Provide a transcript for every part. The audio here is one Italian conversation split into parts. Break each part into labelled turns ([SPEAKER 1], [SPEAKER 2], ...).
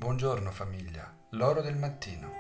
[SPEAKER 1] Buongiorno famiglia, l'oro del mattino.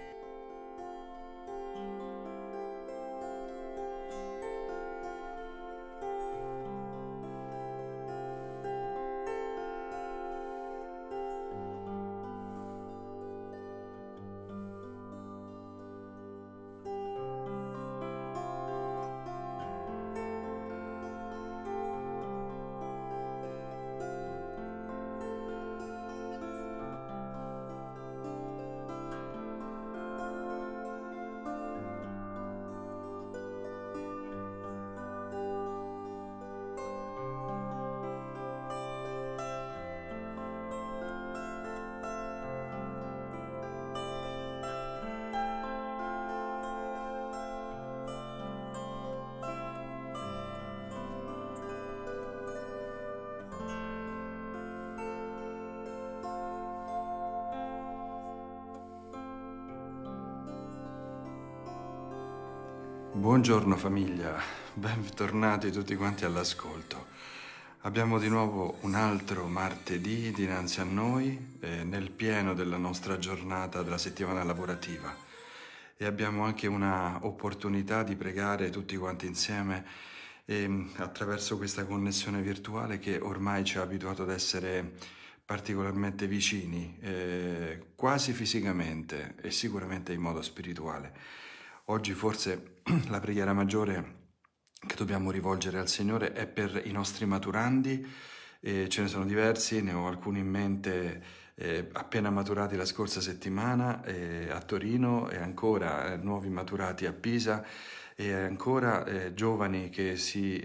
[SPEAKER 2] Buongiorno famiglia, bentornati tutti quanti all'ascolto. Abbiamo di nuovo un altro martedì dinanzi a noi, nel pieno della nostra giornata della settimana lavorativa, e abbiamo anche una opportunità di pregare tutti quanti insieme attraverso questa connessione virtuale che ormai ci ha abituato ad essere particolarmente vicini, quasi fisicamente e sicuramente in modo spirituale. Oggi forse la preghiera maggiore che dobbiamo rivolgere al Signore è per i nostri maturandi, ce ne sono diversi, ne ho alcuni in mente appena maturati la scorsa settimana a Torino, e ancora nuovi maturati a Pisa, e ancora giovani che si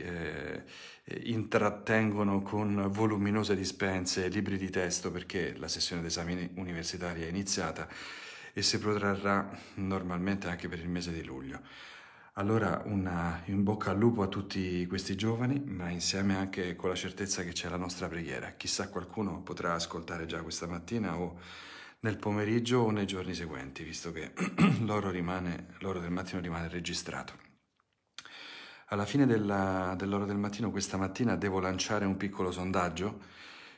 [SPEAKER 2] intrattengono con voluminose dispense, libri di testo, perché la sessione d'esami universitari è iniziata e si protrarrà normalmente anche per il mese di luglio. Allora in bocca al lupo a tutti questi giovani, ma insieme anche con la certezza che c'è la nostra preghiera. Chissà, qualcuno potrà ascoltare già questa mattina o nel pomeriggio o nei giorni seguenti, visto che l'oro del mattino rimane registrato. Alla fine dell'oro del mattino questa mattina devo lanciare un piccolo sondaggio,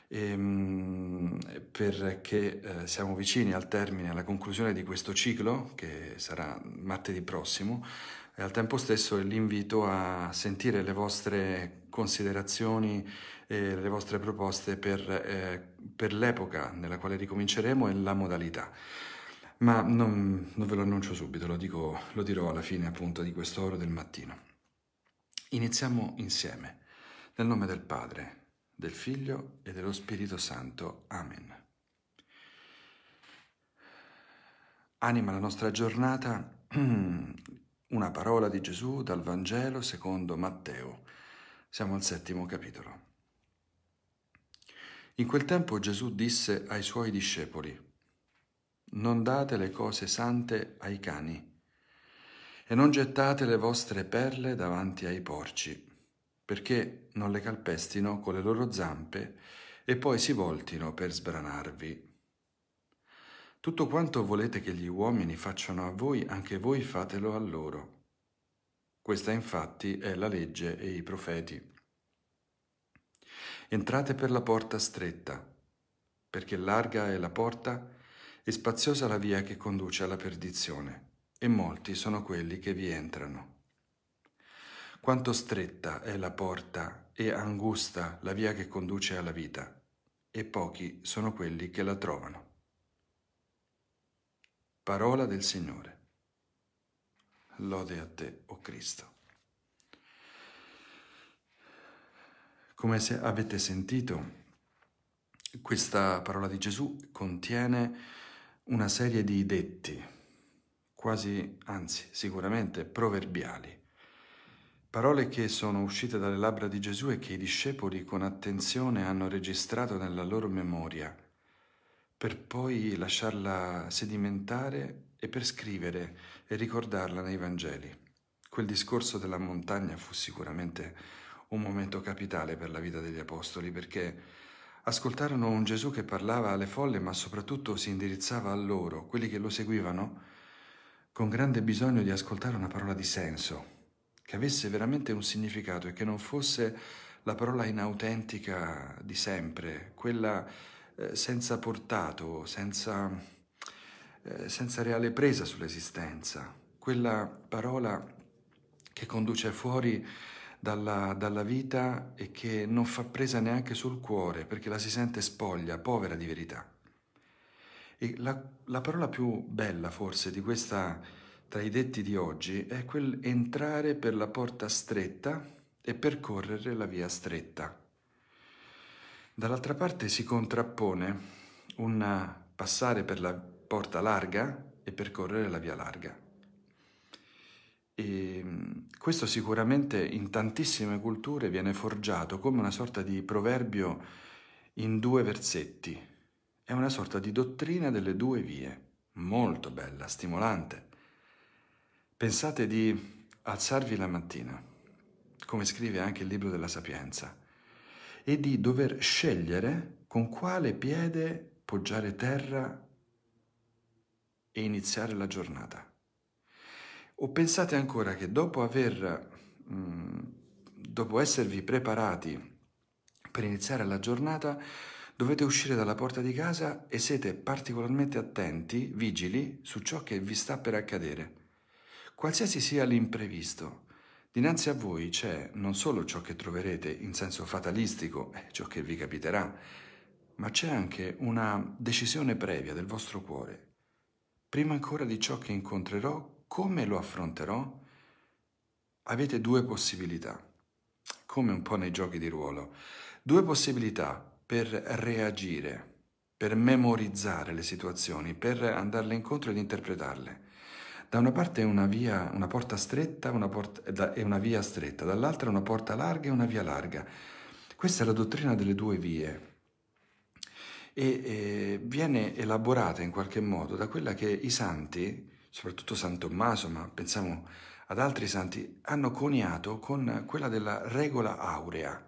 [SPEAKER 2] perché siamo vicini al termine, alla conclusione di questo ciclo, che sarà martedì prossimo, e al tempo stesso l'invito a sentire le vostre considerazioni e le vostre proposte per l'epoca nella quale ricominceremo e la modalità. Ma non ve lo annuncio subito, lo dirò alla fine appunto di questo oro del mattino. Iniziamo insieme, nel nome del Padre, del Figlio e dello Spirito Santo. Amen. Anima la nostra giornata una parola di Gesù dal Vangelo secondo Matteo. Siamo al 7° capitolo. In quel tempo Gesù disse ai suoi discepoli: «Non date le cose sante ai cani e non gettate le vostre perle davanti ai porci, perché non le calpestino con le loro zampe e poi si voltino per sbranarvi. Tutto quanto volete che gli uomini facciano a voi, anche voi fatelo a loro. Questa infatti è la legge e i profeti. Entrate per la porta stretta, perché larga è la porta e spaziosa la via che conduce alla perdizione, e molti sono quelli che vi entrano. Quanto stretta è la porta e angusta la via che conduce alla vita, e pochi sono quelli che la trovano». Parola del Signore. Lode a te, o Cristo. Come se avete sentito, questa parola di Gesù contiene una serie di detti, sicuramente proverbiali. Parole che sono uscite dalle labbra di Gesù e che i discepoli con attenzione hanno registrato nella loro memoria, per poi lasciarla sedimentare e per scrivere e ricordarla nei Vangeli. Quel discorso della montagna fu sicuramente un momento capitale per la vita degli Apostoli, perché ascoltarono un Gesù che parlava alle folle, ma soprattutto si indirizzava a loro, quelli che lo seguivano, con grande bisogno di ascoltare una parola di senso, che avesse veramente un significato e che non fosse la parola inautentica di sempre, quella senza portato, senza reale presa sull'esistenza. Quella parola che conduce fuori dalla vita e che non fa presa neanche sul cuore, perché la si sente spoglia, povera di verità. E la parola più bella forse di questa, tra i detti di oggi, è quel entrare per la porta stretta e percorrere la via stretta. Dall'altra parte si contrappone un passare per la porta larga e percorrere la via larga. E questo sicuramente in tantissime culture viene forgiato come una sorta di proverbio in 2 versetti. È una sorta di dottrina delle 2 vie, molto bella, stimolante. Pensate di alzarvi la mattina, come scrive anche il libro della Sapienza, e di dover scegliere con quale piede poggiare terra e iniziare la giornata. O pensate ancora che dopo esservi preparati per iniziare la giornata, dovete uscire dalla porta di casa e siete particolarmente attenti, vigili su ciò che vi sta per accadere. Qualsiasi sia l'imprevisto, dinanzi a voi c'è non solo ciò che troverete in senso fatalistico, ciò che vi capiterà, ma c'è anche una decisione previa del vostro cuore. Prima ancora di ciò che incontrerò, come lo affronterò? Avete 2 possibilità, come un po' nei giochi di ruolo. 2 possibilità per reagire, per memorizzare le situazioni, per andarle incontro ed interpretarle. Da una parte una porta stretta e una via stretta, dall'altra una porta larga e una via larga. Questa è la dottrina delle 2 vie e viene elaborata in qualche modo da quella che i santi, soprattutto San Tommaso, ma pensiamo ad altri santi, hanno coniato con quella della regola aurea.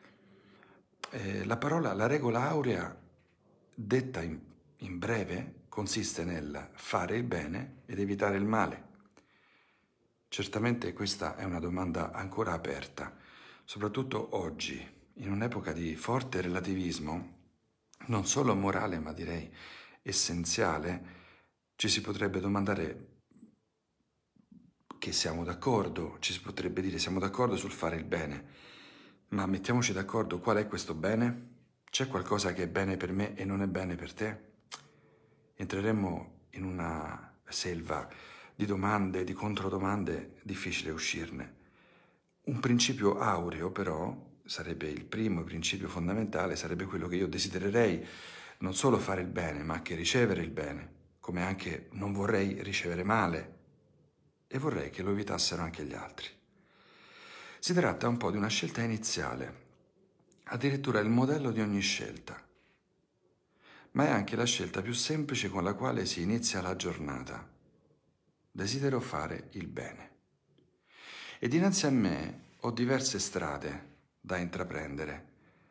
[SPEAKER 2] La regola aurea, detta in breve, consiste nel fare il bene ed evitare il male. Certamente questa è una domanda ancora aperta, soprattutto oggi, in un'epoca di forte relativismo, non solo morale ma direi essenziale. Ci si potrebbe domandare che siamo d'accordo, ci si potrebbe dire siamo d'accordo sul fare il bene, ma mettiamoci d'accordo qual è questo bene? C'è qualcosa che è bene per me e non è bene per te? Entreremmo in una selva di domande, di controdomande, difficile uscirne. Un principio aureo però sarebbe il primo principio fondamentale, sarebbe quello che io desidererei non solo fare il bene, ma anche ricevere il bene, come anche non vorrei ricevere male e vorrei che lo evitassero anche gli altri. Si tratta un po' di una scelta iniziale, addirittura il modello di ogni scelta, ma è anche la scelta più semplice con la quale si inizia la giornata. Desidero fare il bene. E dinanzi a me ho diverse strade da intraprendere.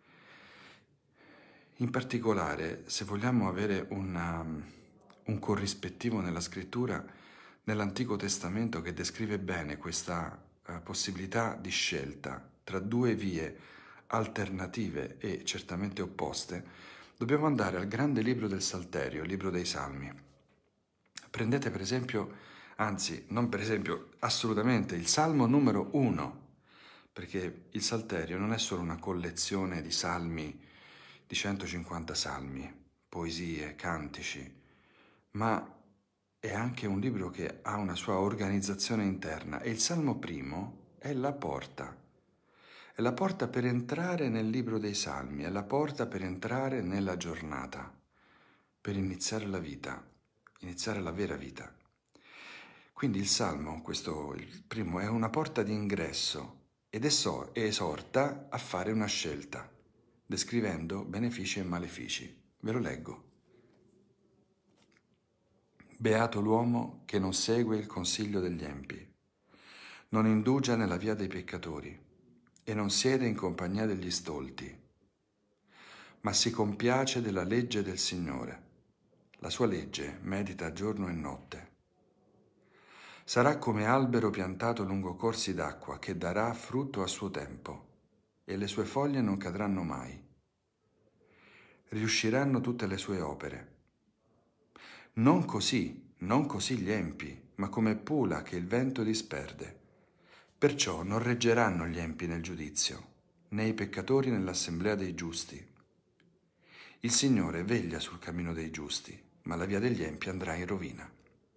[SPEAKER 2] In particolare, se vogliamo avere un corrispettivo nella scrittura, nell'Antico Testamento che descrive bene questa possibilità di scelta tra 2 vie alternative e certamente opposte, dobbiamo andare al grande libro del Salterio, il libro dei Salmi. Prendete per esempio, anzi non per esempio, assolutamente il Salmo numero 1, perché il Salterio non è solo una collezione di salmi, di 150 salmi, poesie, cantici, ma è anche un libro che ha una sua organizzazione interna e il Salmo primo è la porta per entrare nel libro dei Salmi, è la porta per entrare nella giornata, per iniziare la vita, iniziare la vera vita. Quindi il Salmo, il primo, è una porta di ingresso ed esorta a fare una scelta, descrivendo benefici e malefici. Ve lo leggo. Beato l'uomo che non segue il consiglio degli empi, non indugia nella via dei peccatori e non siede in compagnia degli stolti, ma si compiace della legge del Signore. La sua legge medita giorno e notte. Sarà come albero piantato lungo corsi d'acqua che darà frutto a suo tempo e le sue foglie non cadranno mai. riusciranno tutte le sue opere. Non così gli empi, ma come pula che il vento disperde. Perciò non reggeranno gli empi nel giudizio, né i peccatori nell'assemblea dei giusti. Il Signore veglia sul cammino dei giusti, ma la via degli empi andrà in rovina.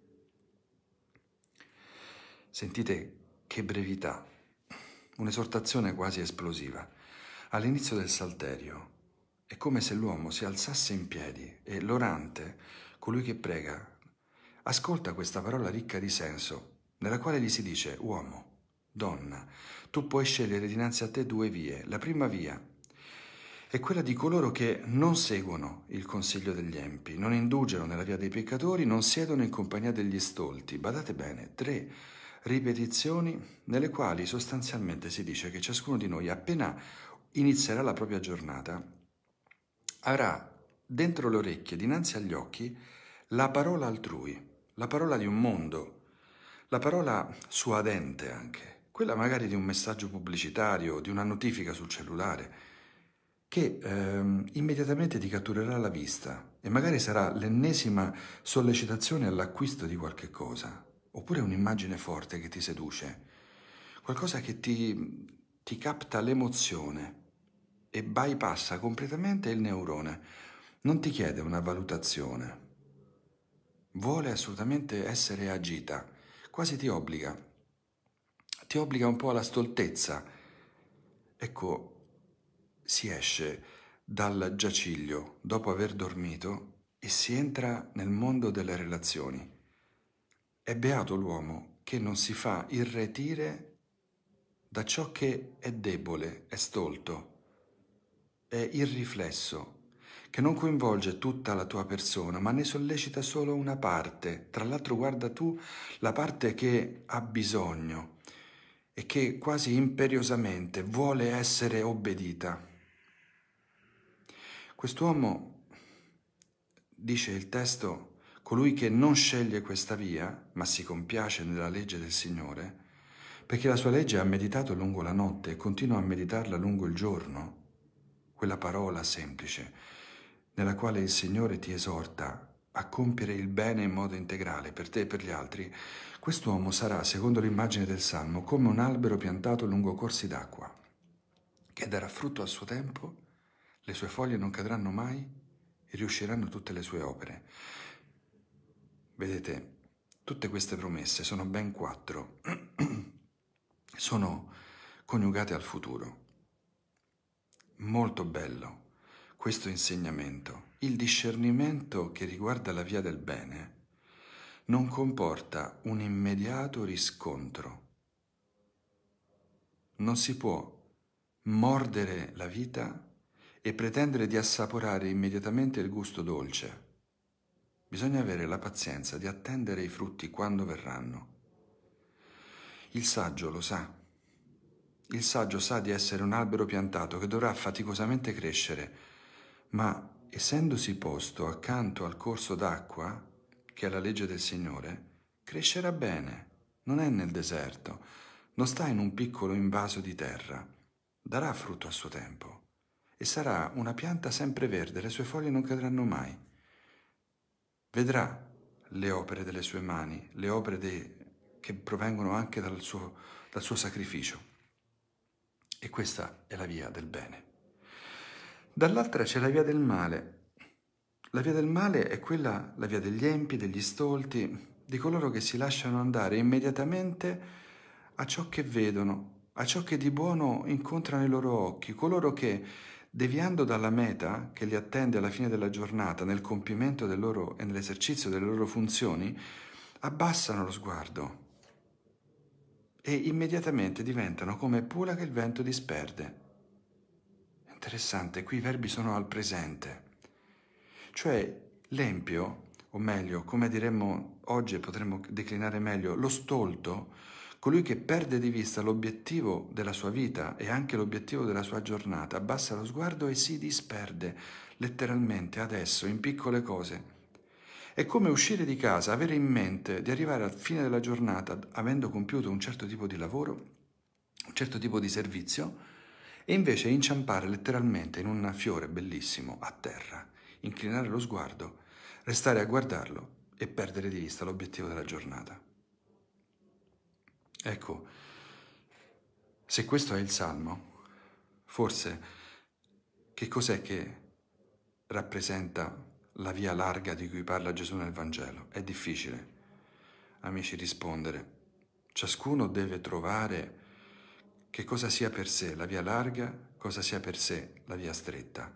[SPEAKER 2] Sentite che brevità, un'esortazione quasi esplosiva. All'inizio del Salterio è come se l'uomo si alzasse in piedi e l'orante, colui che prega, ascolta questa parola ricca di senso, nella quale gli si dice: uomo, donna, tu puoi scegliere dinanzi a te due vie. La prima via è quella di coloro che non seguono il consiglio degli empi, non indugiano nella via dei peccatori, non siedono in compagnia degli stolti. Badate bene, 3 ripetizioni nelle quali sostanzialmente si dice che ciascuno di noi, appena inizierà la propria giornata, avrà dentro le orecchie, dinanzi agli occhi, la parola altrui, la parola di un mondo, la parola suadente anche, quella magari di un messaggio pubblicitario, di una notifica sul cellulare, che immediatamente ti catturerà la vista e magari sarà l'ennesima sollecitazione all'acquisto di qualche cosa, oppure un'immagine forte che ti seduce, qualcosa che ti capta l'emozione e bypassa completamente il neurone. Non ti chiede una valutazione, vuole assolutamente essere agita, quasi ti obbliga un po' alla stoltezza. Ecco, si esce dal giaciglio dopo aver dormito e si entra nel mondo delle relazioni. È beato l'uomo che non si fa irretire da ciò che è debole, è stolto, è irriflesso, che non coinvolge tutta la tua persona, ma ne sollecita solo una parte. Tra l'altro guarda tu la parte che ha bisogno e che quasi imperiosamente vuole essere obbedita. Quest'uomo, dice il testo, colui che non sceglie questa via, ma si compiace nella legge del Signore, perché la sua legge ha meditato lungo la notte e continua a meditarla lungo il giorno, quella parola semplice, nella quale il Signore ti esorta a compiere il bene in modo integrale per te e per gli altri, quest'uomo sarà, secondo l'immagine del Salmo, come un albero piantato lungo corsi d'acqua, che darà frutto al suo tempo, le sue foglie non cadranno mai e riusciranno tutte le sue opere. Vedete, tutte queste promesse sono ben 4, sono coniugate al futuro. Molto bello questo insegnamento. Il discernimento che riguarda la via del bene non comporta un immediato riscontro. Non si può mordere la vita e pretendere di assaporare immediatamente il gusto dolce. Bisogna avere la pazienza di attendere i frutti quando verranno. Il saggio lo sa. Il saggio sa di essere un albero piantato che dovrà faticosamente crescere, ma essendosi posto accanto al corso d'acqua, che è la legge del Signore, crescerà bene, non è nel deserto, non sta in un piccolo invaso di terra, darà frutto a suo tempo e sarà una pianta sempreverde, le sue foglie non cadranno mai. Vedrà le opere delle sue mani, le opere che provengono anche dal suo sacrificio. E questa è la via del bene. Dall'altra c'è la via del male. La via del male è quella, la via degli empi, degli stolti, di coloro che si lasciano andare immediatamente a ciò che vedono, a ciò che di buono incontrano i loro occhi, coloro che, deviando dalla meta che li attende alla fine della giornata, nel compimento del loro e nell'esercizio delle loro funzioni, abbassano lo sguardo e immediatamente diventano come pula che il vento disperde. Interessante, qui i verbi sono al presente. Cioè l'empio, o meglio, come diremmo oggi, potremmo declinare meglio, lo stolto, colui che perde di vista l'obiettivo della sua vita e anche l'obiettivo della sua giornata, abbassa lo sguardo e si disperde, letteralmente, adesso, in piccole cose. È come uscire di casa, avere in mente di arrivare alla fine della giornata avendo compiuto un certo tipo di lavoro, un certo tipo di servizio, e invece inciampare letteralmente in un fiore bellissimo a terra, inclinare lo sguardo, restare a guardarlo e perdere di vista l'obiettivo della giornata. Ecco, se questo è il Salmo, forse che cos'è che rappresenta la via larga di cui parla Gesù nel Vangelo? È difficile, amici, rispondere. Ciascuno deve trovare che cosa sia per sé la via larga, cosa sia per sé la via stretta.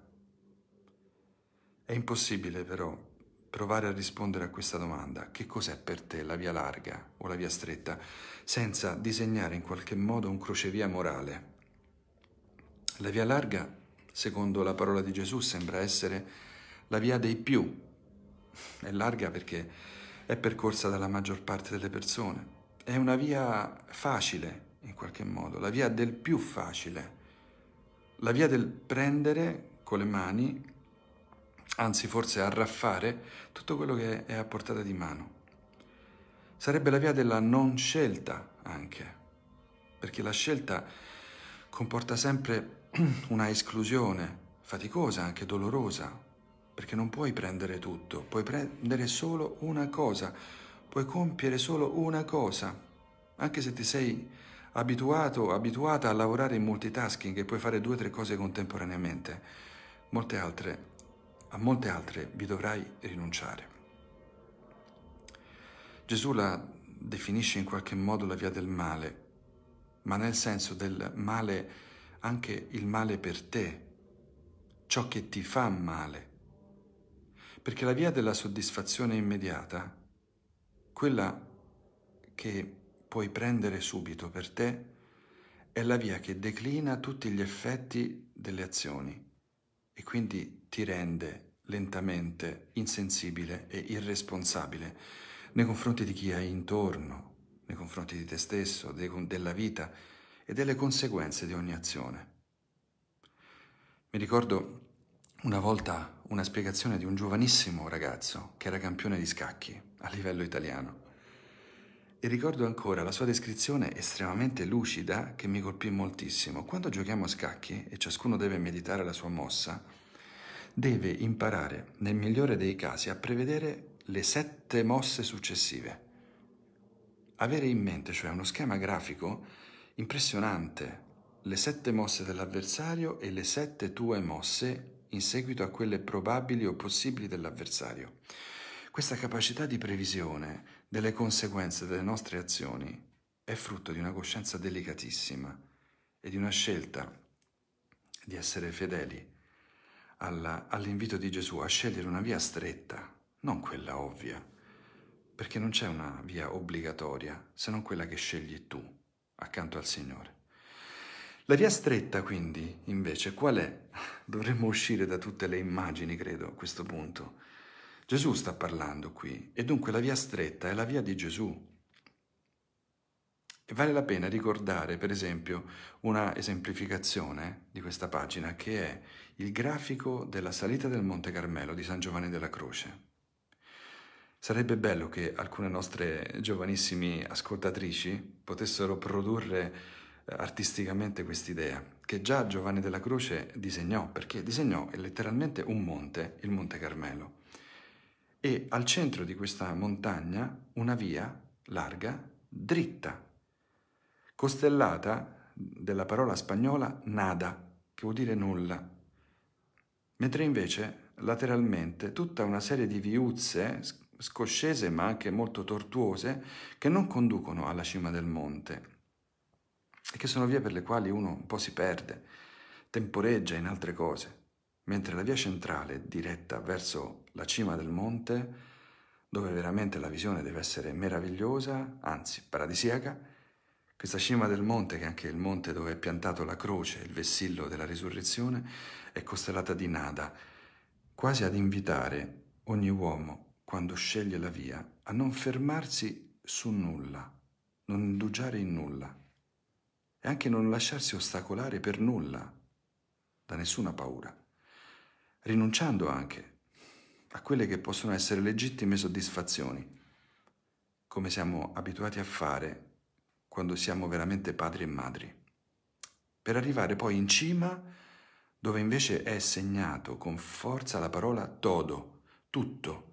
[SPEAKER 2] È impossibile però provare a rispondere a questa domanda, che cos'è per te la via larga o la via stretta, senza disegnare in qualche modo un crocevia morale. La via larga, secondo la parola di Gesù, sembra essere la via dei più. È larga perché è percorsa dalla maggior parte delle persone. È una via facile, in qualche modo, la via del più facile, la via del prendere con le mani, anzi forse arraffare tutto quello che è a portata di mano. Sarebbe la via della non scelta anche, perché la scelta comporta sempre una esclusione faticosa, anche dolorosa, perché non puoi prendere tutto, puoi prendere solo una cosa, puoi compiere solo una cosa, anche se ti sei abituata a lavorare in multitasking e puoi fare 2 o 3 cose contemporaneamente. A molte altre vi dovrai rinunciare. Gesù la definisce in qualche modo la via del male, ma nel senso del male, anche il male per te, ciò che ti fa male. Perché la via della soddisfazione immediata, quella che puoi prendere subito per te, è la via che declina tutti gli effetti delle azioni e quindi ti rende lentamente insensibile e irresponsabile nei confronti di chi hai intorno, nei confronti di te stesso, della vita e delle conseguenze di ogni azione. Mi ricordo una volta una spiegazione di un giovanissimo ragazzo che era campione di scacchi a livello italiano. E ricordo ancora la sua descrizione estremamente lucida che mi colpì moltissimo. Quando giochiamo a scacchi e ciascuno deve meditare la sua mossa, deve imparare, nel migliore dei casi, a prevedere le 7 mosse successive. Avere in mente, cioè, uno schema grafico impressionante, le 7 mosse dell'avversario e le 7 tue mosse in seguito a quelle probabili o possibili dell'avversario. Questa capacità di previsione delle conseguenze delle nostre azioni è frutto di una coscienza delicatissima e di una scelta di essere fedeli all'invito di Gesù a scegliere una via stretta, non quella ovvia, perché non c'è una via obbligatoria se non quella che scegli tu accanto al Signore. La via stretta, quindi, invece, qual è? Dovremmo uscire da tutte le immagini, credo, a questo punto. Gesù sta parlando qui, e dunque la via stretta è la via di Gesù. E vale la pena ricordare, per esempio, una esemplificazione di questa pagina, che è il grafico della salita del Monte Carmelo di San Giovanni della Croce. Sarebbe bello che alcune nostre giovanissime ascoltatrici potessero produrre artisticamente quest'idea, che già Giovanni della Croce disegnò, perché disegnò letteralmente un monte, il Monte Carmelo, e al centro di questa montagna una via larga, dritta, costellata della parola spagnola nada, che vuol dire nulla, mentre invece lateralmente tutta una serie di viuzze scoscese ma anche molto tortuose che non conducono alla cima del monte e che sono vie per le quali uno un po' si perde, temporeggia in altre cose, mentre la via centrale diretta verso la cima del monte, dove veramente la visione deve essere meravigliosa, anzi paradisiaca, questa cima del monte, che è anche il monte dove è piantato la croce, il vessillo della risurrezione, è costellata di nada, quasi ad invitare ogni uomo, quando sceglie la via, a non fermarsi su nulla, non indugiare in nulla e anche non lasciarsi ostacolare per nulla, da nessuna paura, rinunciando anche a quelle che possono essere legittime soddisfazioni, come siamo abituati a fare quando siamo veramente padri e madri. per arrivare poi in cima, dove invece è segnato con forza la parola todo, tutto.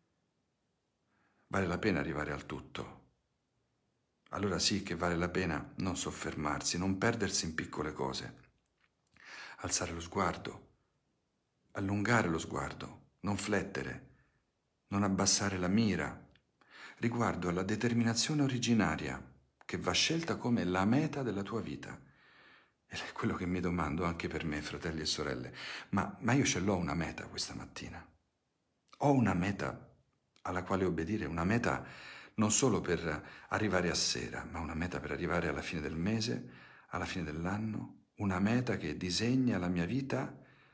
[SPEAKER 2] Vale la pena arrivare al tutto. Allora sì che vale la pena non soffermarsi, non perdersi in piccole cose. Alzare lo sguardo, allungare lo sguardo, non flettere, non abbassare la mira, riguardo alla determinazione originaria che va scelta come la meta della tua vita. Ed è quello che mi domando anche per me, fratelli e sorelle. Ma io ce l'ho una meta questa mattina. Ho una meta alla quale obbedire, una meta non solo per arrivare a sera, ma una meta per arrivare alla fine del mese, alla fine dell'anno, una meta che disegna la mia vita.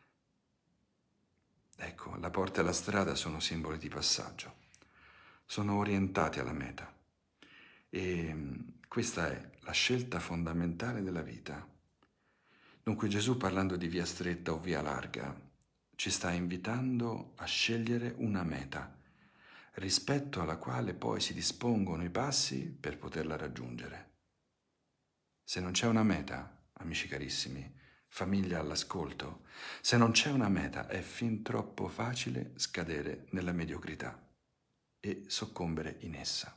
[SPEAKER 2] Ecco, la porta e la strada sono simboli di passaggio, sono orientati alla meta e questa è la scelta fondamentale della vita. Dunque Gesù, parlando di via stretta o via larga, ci sta invitando a scegliere una meta, rispetto alla quale poi si dispongono i passi per poterla raggiungere. Se non c'è una meta, amici carissimi, famiglia all'ascolto, se non c'è una meta è fin troppo facile scadere nella mediocrità e soccombere in essa.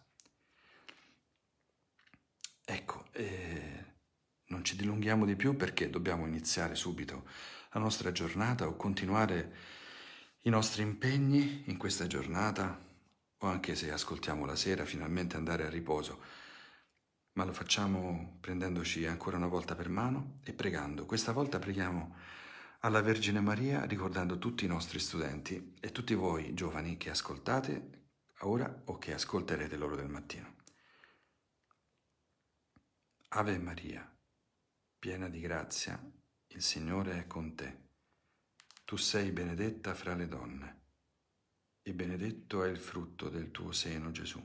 [SPEAKER 2] Ecco, non ci dilunghiamo di più perché dobbiamo iniziare subito la nostra giornata o continuare i nostri impegni in questa giornata, o anche se ascoltiamo la sera, finalmente andare a riposo. Ma lo facciamo prendendoci ancora una volta per mano e pregando. Questa volta preghiamo alla Vergine Maria, ricordando tutti i nostri studenti e tutti voi giovani che ascoltate ora o che ascolterete l'oro del mattino. Ave Maria, piena di grazia, il Signore è con te. Tu sei benedetta fra le donne, e benedetto è il frutto del tuo seno, Gesù.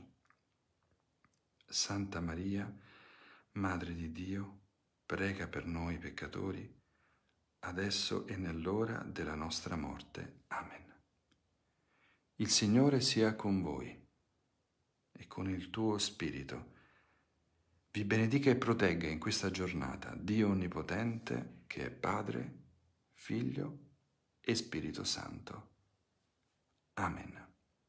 [SPEAKER 2] Santa Maria, Madre di Dio, prega per noi peccatori, adesso e nell'ora della nostra morte. Amen. Il Signore sia con voi e con il tuo spirito. Vi benedica e protegga in questa giornata Dio Onnipotente, che è Padre, Figlio e Spirito Santo. Amen.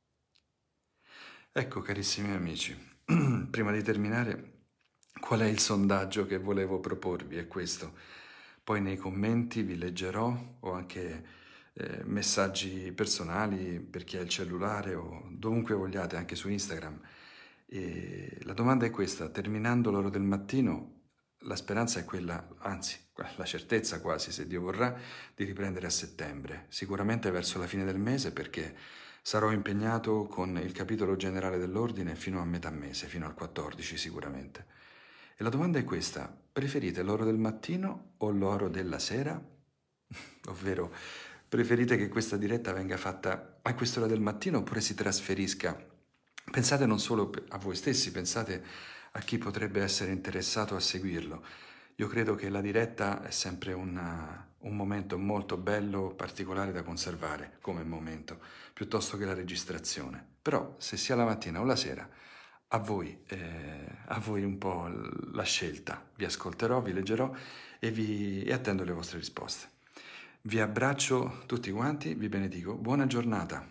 [SPEAKER 2] Ecco, carissimi amici, prima di terminare, qual è il sondaggio che volevo proporvi? È questo. Poi nei commenti vi leggerò, o anche messaggi personali per chi ha il cellulare o dovunque vogliate, anche su Instagram. E la domanda è questa: terminando l'oro del mattino, la speranza è quella, anzi la certezza quasi, se Dio vorrà, di riprendere a settembre, sicuramente verso la fine del mese, perché sarò impegnato con il capitolo generale dell'ordine fino a metà mese, fino al 14 sicuramente. E la domanda è questa: preferite l'oro del mattino o l'oro della sera? Ovvero, preferite che questa diretta venga fatta a quest'ora del mattino oppure si trasferisca? Pensate non solo a voi stessi, pensate a chi potrebbe essere interessato a seguirlo. Io credo che la diretta è sempre un momento molto bello, particolare da conservare come momento, piuttosto che la registrazione. Però se sia la mattina o la sera, a voi un po' la scelta. Vi ascolterò, vi leggerò e attendo le vostre risposte. Vi abbraccio tutti quanti, vi benedico. Buona giornata.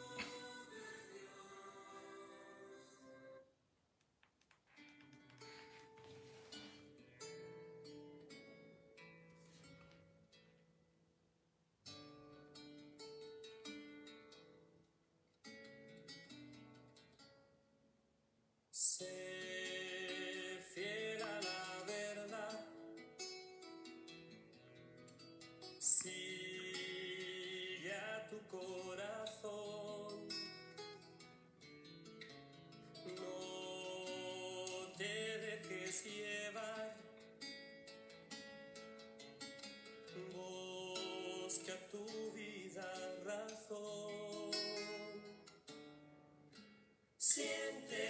[SPEAKER 3] Sé fiel a la verdad, sigue a tu corazón, no te dejes llevar, busca tu vida razón, siente